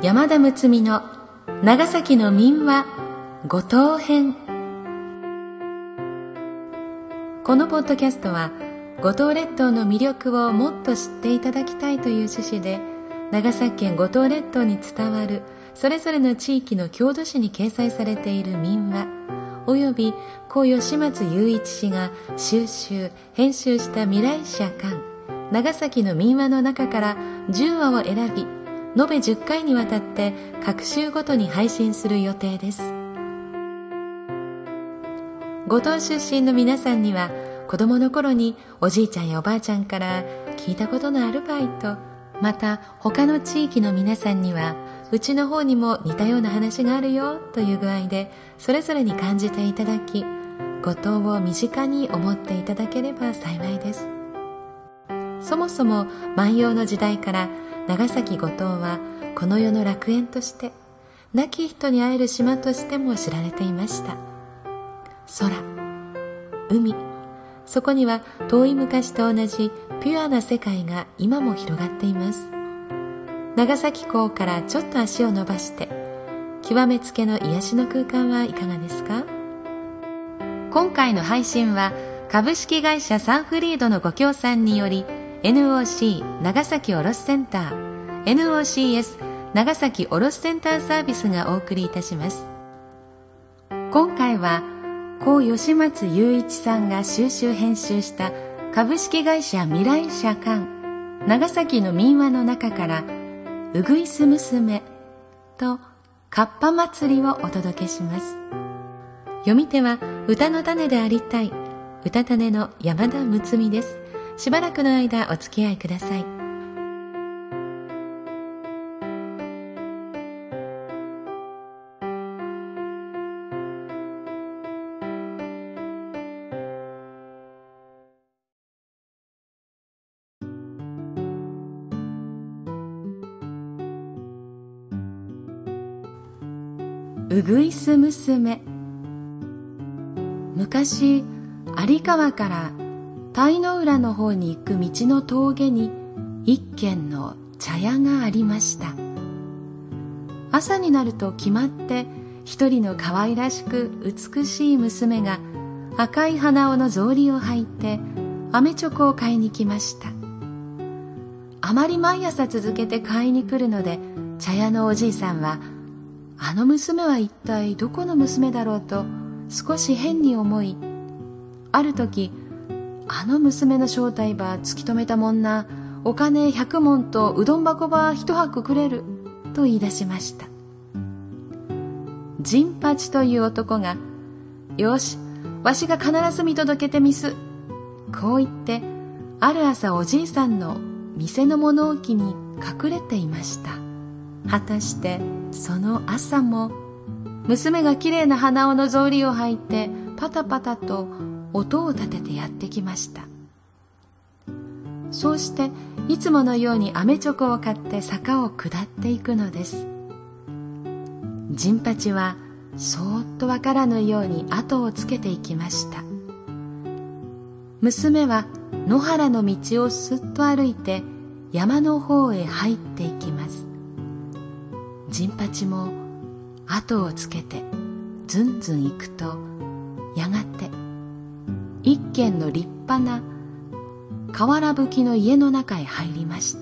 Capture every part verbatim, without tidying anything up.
山田睦美の長崎の民話五島編。このポッドキャストは五島列島の魅力をもっと知っていただきたいという趣旨で、長崎県五島列島に伝わるそれぞれの地域の郷土史に掲載されている民話および故吉松雄一氏が収集編集した未来社刊長崎の民話の中からじゅっわを選び、延べじゅっかいにわたって各週ごとに配信する予定です。五島出身の皆さんには、子供の頃におじいちゃんやおばあちゃんから聞いたことのあるバイト、また他の地域の皆さんには、うちの方にも似たような話があるよという具合で、それぞれに感じていただき、五島を身近に思っていただければ幸いです。そもそも万葉の時代から長崎五島はこの世の楽園として、亡き人に会える島としても知られていました。空、海、そこには遠い昔と同じピュアな世界が今も広がっています。長崎港からちょっと足を伸ばして、極めつけの癒しの空間はいかがですか？今回の配信は株式会社サンフリードのご協賛により、エヌオーシー 長崎卸センター エヌオーシーエス 長崎卸センターサービスがお送りいたします。今回は故吉松雄一さんが収集編集した株式会社未来社刊長崎の民話の中からうぐいす娘とかっぱ祭りをお届けします。読み手は歌の種でありたい歌種の山田睦美です。しばらくの間お付き合いください。うぐいす娘。昔、有川から鯛の浦の方に行く道の峠に一軒の茶屋がありました。朝になると決まって一人の可愛らしく美しい娘が赤い鼻緒の草履を履いて飴チョコを買いに来ました。あまり毎朝続けて買いに来るので、茶屋のおじいさんは、あの娘は一体どこの娘だろうと少し変に思い、ある時、あの娘の正体ば突き止めたもんな、お金百文とうどん箱ば一箱くれると言い出しました。陣八という男が、よし、わしが必ず見届けてみす。こう言って、ある朝おじいさんの店の物置に隠れていました。果たしてその朝も、娘がきれいな鼻緒の草履を履いてパタパタと音を立ててやってきました。そうしていつものように飴チョコを買って坂を下っていくのです。陣八はそーっとわからぬように後をつけていきました。娘は野原の道をすっと歩いて山の方へ入っていきます。陣八も後をつけてずんずん行くと、やがて一軒の立派な瓦葺きの家の中へ入りました。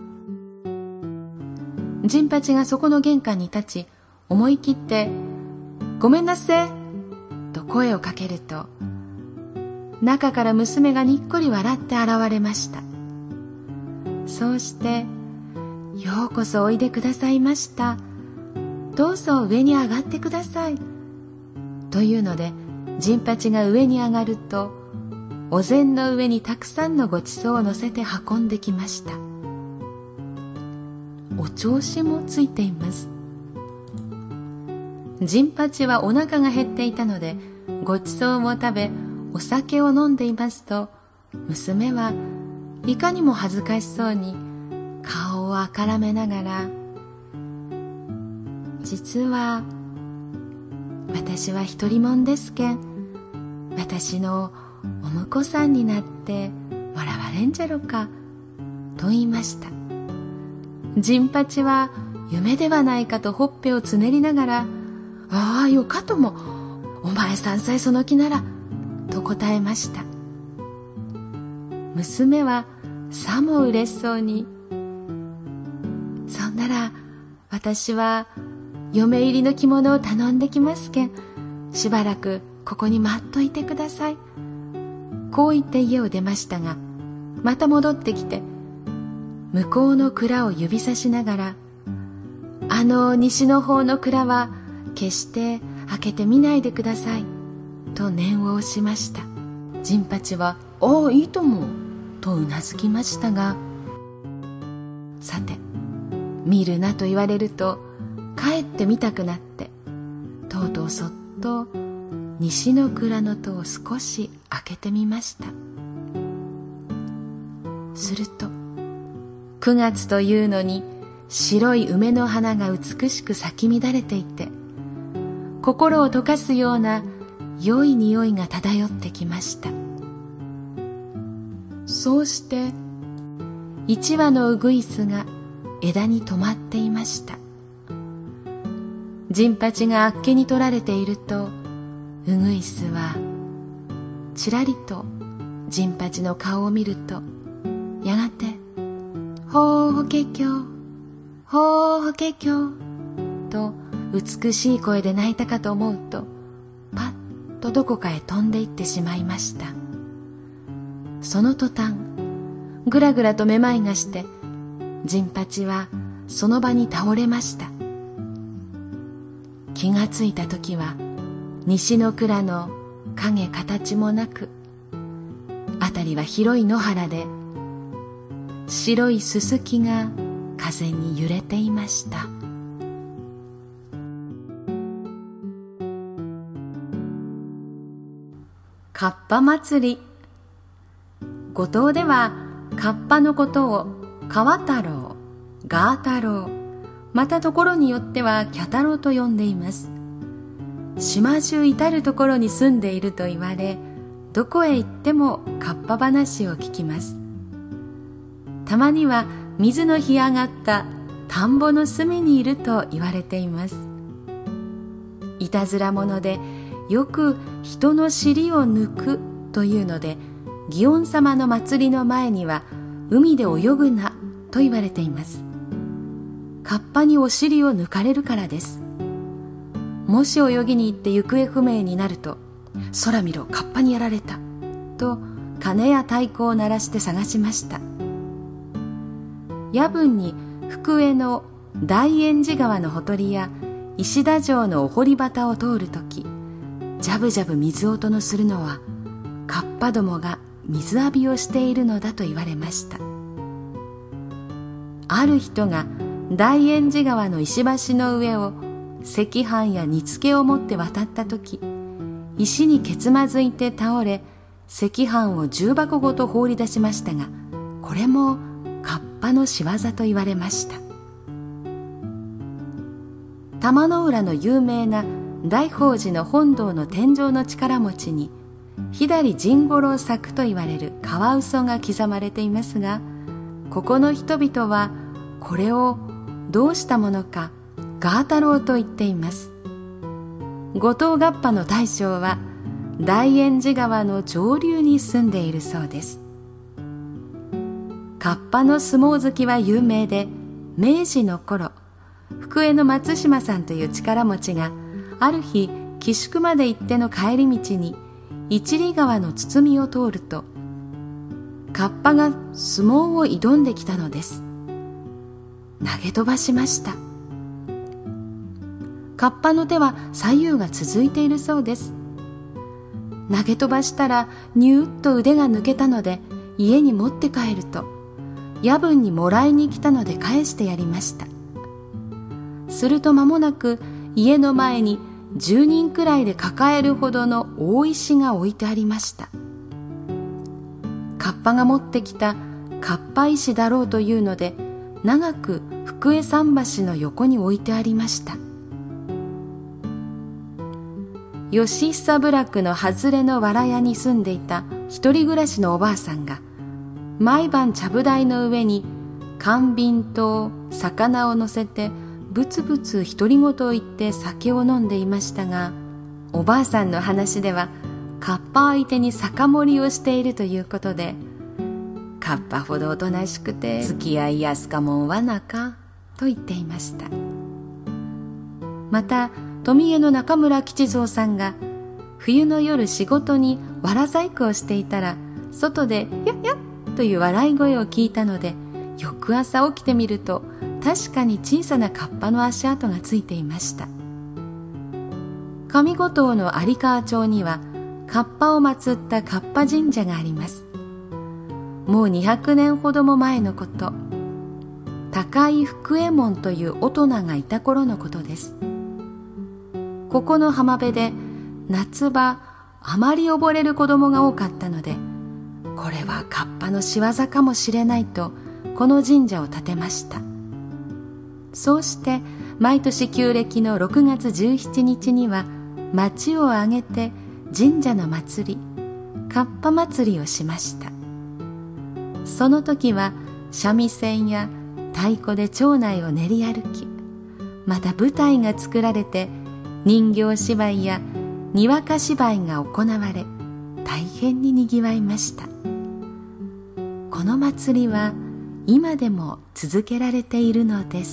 陣八がそこの玄関に立ち、思い切ってごめんなせと声をかけると、中から娘がにっこり笑って現れました。そうして、ようこそおいでくださいました。どうぞ上に上がってください。というので、陣八が上に上がると、お膳の上にたくさんのごちそうを乗せて運んできました。お調子もついています。陣八はお腹が減っていたので、ごちそうも食べ、お酒を飲んでいますと、娘はいかにも恥ずかしそうに顔をあからめながら、実は私は一人もんですけん、私のお婿さんになって笑われんじゃろかと言いました。陣八は夢ではないかとほっぺをつねりながら、ああよかとも、お前さんさえその気なら、と答えました。娘はさも嬉しそうに、そんなら私は嫁入りの着物を頼んできますけん、しばらくここに待っといてください。こう言って家を出ましたが、また戻ってきて、向こうの蔵を指さしながら、あの西の方の蔵は決して開けてみないでください、と念を押しました。陣八は、ああいいとも、とうなずきましたが、さて、見るなと言われると、かえって見たくなって、とうとうそっと西の蔵の戸を少し開けてみました。すると、くがつというのに白い梅の花が美しく咲き乱れていて、心を溶かすような良い匂いが漂ってきました。そうして一羽のウグイスが枝に止まっていました。陣八があっけに取られていると、ウグイスはちらりと陣八の顔を見ると、やがてほうほけきょう、ほうほけきょうと美しい声で鳴いたかと思うと、パッとどこかへ飛んでいってしまいました。その途端、ぐらぐらとめまいがして、陣八はその場に倒れました。気がついた時は、西の蔵の影形もなく、あたりは広い野原で、白いすすきが風に揺れていました。かっぱ祭り。五島ではかっぱのことを川太郎、ガー太郎、またところによってはキャ太郎と呼んでいます。島中至るところに住んでいると言われ、どこへ行ってもかっぱ話を聞きます。たまには水の干上がった田んぼの隅にいると言われています。いたずら者でよく人の尻を抜くというので、祇園様の祭りの前には海で泳ぐなと言われています。カッパにお尻を抜かれるからです。もし泳ぎに行って行方不明になると、空見ろ、カッパにやられたと鐘や太鼓を鳴らして探しました。夜分に福江の大円寺川のほとりや石田城のお堀端を通るとき、ジャブジャブ水音のするのはカッパどもが水浴びをしているのだと言われました。ある人が大円寺川の石橋の上を赤飯や煮付けを持って渡ったとき、石にけつまずいて倒れ、赤飯を重箱ごと放り出しましたが、これもカッパの仕業と言われました。玉の浦の有名な大宝寺の本堂の天井の力持ちに、左甚五郎作と言われるカワウソが刻まれていますが、ここの人々はこれをどうしたものかガー太郎と言っています。五島合羽の大将は大円寺川の上流に住んでいるそうです。カッパの相撲好きは有名で、明治の頃、福江の松島さんという力持ちがある日寄宿まで行っての帰り道に一里川の堤を通ると、カッパが相撲を挑んできたのです。投げ飛ばしました。カッパの手は左右が続いているそうです。投げ飛ばしたらニューッと腕が抜けたので、家に持って帰ると、夜分にもらいに来たので返してやりました。すると間もなく家の前にじゅうにんくらいで抱えるほどの大石が置いてありました。カッパが持ってきたカッパ石だろうというので、長く福江桟橋の横に置いてありました。吉久部落の外れの藁屋に住んでいた一人暮らしのおばあさんが、毎晩ちゃぶ台の上に甘瓶と魚を乗せてぶつぶつ独り言を言って酒を飲んでいましたが、おばあさんの話ではカッパ相手に酒盛りをしているということで、カッパほどおとなしくて付き合いやすかもんはなかと言っていました。また富江の中村吉蔵さんが冬の夜仕事にわら細工をしていたら、外でやっやっという笑い声を聞いたので、翌朝起きてみると確かに小さなカッパの足跡がついていました。上五島の有川町にはカッパを祀ったカッパ神社があります。もうにひゃくねんほども前のこと、高井福右衛門という大人がいた頃のことです。ここの浜辺で夏場あまり溺れる子供が多かったので、これはカッパの仕業かもしれないとこの神社を建てました。そうして毎年旧暦のろくがつじゅうしちにちには町を挙げて神社の祭り、カッパ祭りをしました。その時は三味線や太鼓で町内を練り歩き、また舞台が作られて人形芝居やにわか芝居が行われ、大変ににぎわいました。この祭りは今でも続けられているのです。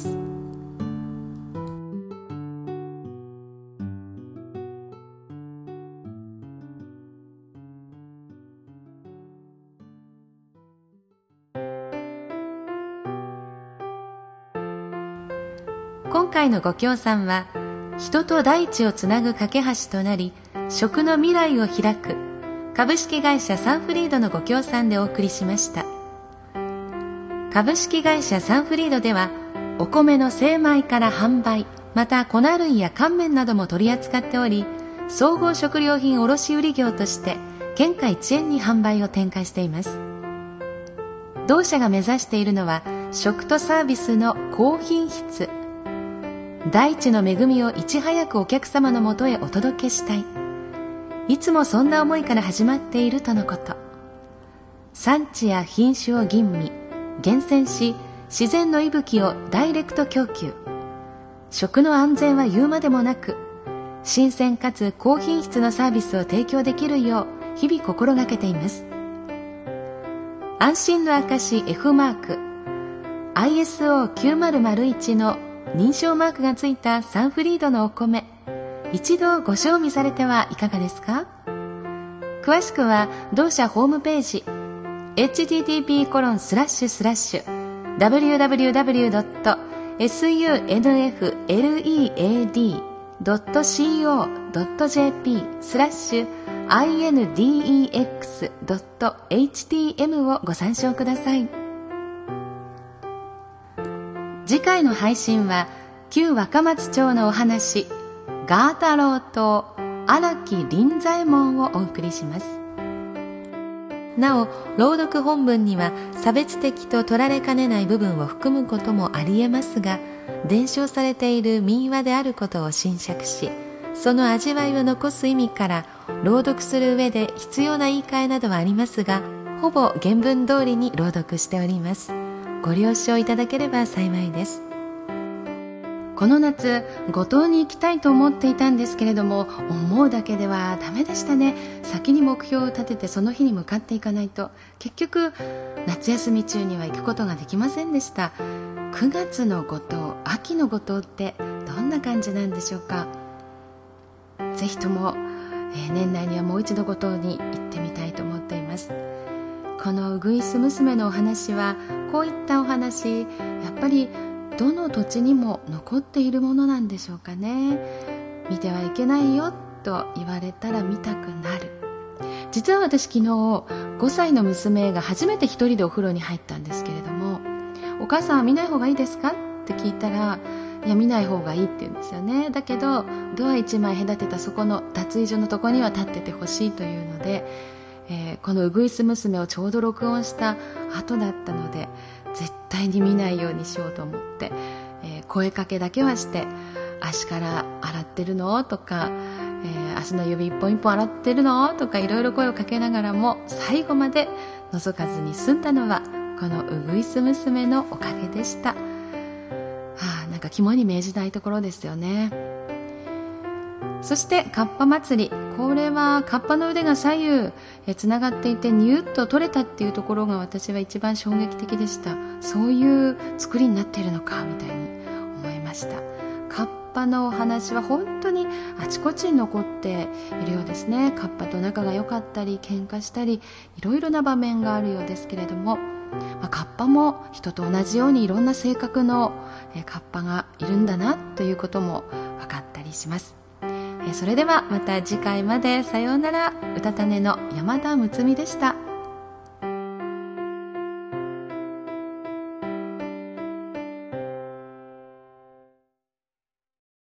今回のご協賛は、人と大地をつなぐ架け橋となり食の未来を開く株式会社サンフリードのご協賛でお送りしました。株式会社サンフリードではお米の精米から販売、また粉類や乾麺なども取り扱っており、総合食料品卸売業として県下一円に販売を展開しています。同社が目指しているのは食とサービスの高品質、大地の恵みをいち早くお客様のもとへお届けしたい、いつもそんな思いから始まっているとのこと。産地や品種を吟味厳選し、自然の息吹をダイレクト供給、食の安全は言うまでもなく、新鮮かつ高品質のサービスを提供できるよう日々心がけています。安心の証 F マーク アイエスオーきゅうまるまるいち の認証マークがついたサンフリードのお米、一度ご賞味されてはいかがですか。詳しくは同社ホームページ エイチティーティーピーコロンスラッシュスラッシュダブリューダブリューダブリュードットサンフレードドットコードットジェーピー スラッシュ アイエヌディーイーエックスドットエイチティーエム をご参照ください。次回の配信は旧若松町のお話、ガー太郎と荒木林左衛門をお送りします。なお朗読本文には差別的と取られかねない部分を含むこともありえますが、伝承されている民話であることを斟酌し、その味わいを残す意味から朗読する上で必要な言い換えなどはありますが、ほぼ原文通りに朗読しております。ご了承いただければ幸いです。この夏五島に行きたいと思っていたんですけれども、思うだけではダメでしたね。先に目標を立ててその日に向かっていかないと、結局夏休み中には行くことができませんでした。くがつの五島、秋の五島ってどんな感じなんでしょうか。ぜひとも、えー、年内にはもう一度五島に行ってみたいと思っています。このウグイス娘のお話は、こういったお話、やっぱりどの土地にも残っているものなんでしょうかね。見てはいけないよと言われたら見たくなる。実は私昨日ごさいの娘が初めて一人でお風呂に入ったんですけれども、お母さんは見ない方がいいですかって聞いたら、いや見ない方がいいって言うんですよね。だけどドア一枚隔てたそこの脱衣所のとこには立っててほしいというので、えー、このウグイス娘をちょうど録音した後だったので、絶対に見ないようにしようと思って、えー、声かけだけはして、足から洗ってるのとか、えー、足の指一本一本洗ってるのとかいろいろ声をかけながらも、最後まで覗かずに済んだのはこのウグイス娘のおかげでした。はあ、 なんか肝に銘じたいところですよね。そしてカッパ祭り、これはカッパの腕が左右えつながっていてニュッと取れたっていうところが私は一番衝撃的でした。そういう作りになっているのかみたいに思いました。カッパのお話は本当にあちこちに残っているようですね。カッパと仲が良かったり喧嘩したり、いろいろな場面があるようですけれども、まあ、カッパも人と同じようにいろんな性格のえカッパがいるんだなということも分かったりします。それではまた次回まで。さようなら。うたたねの山田睦美でした。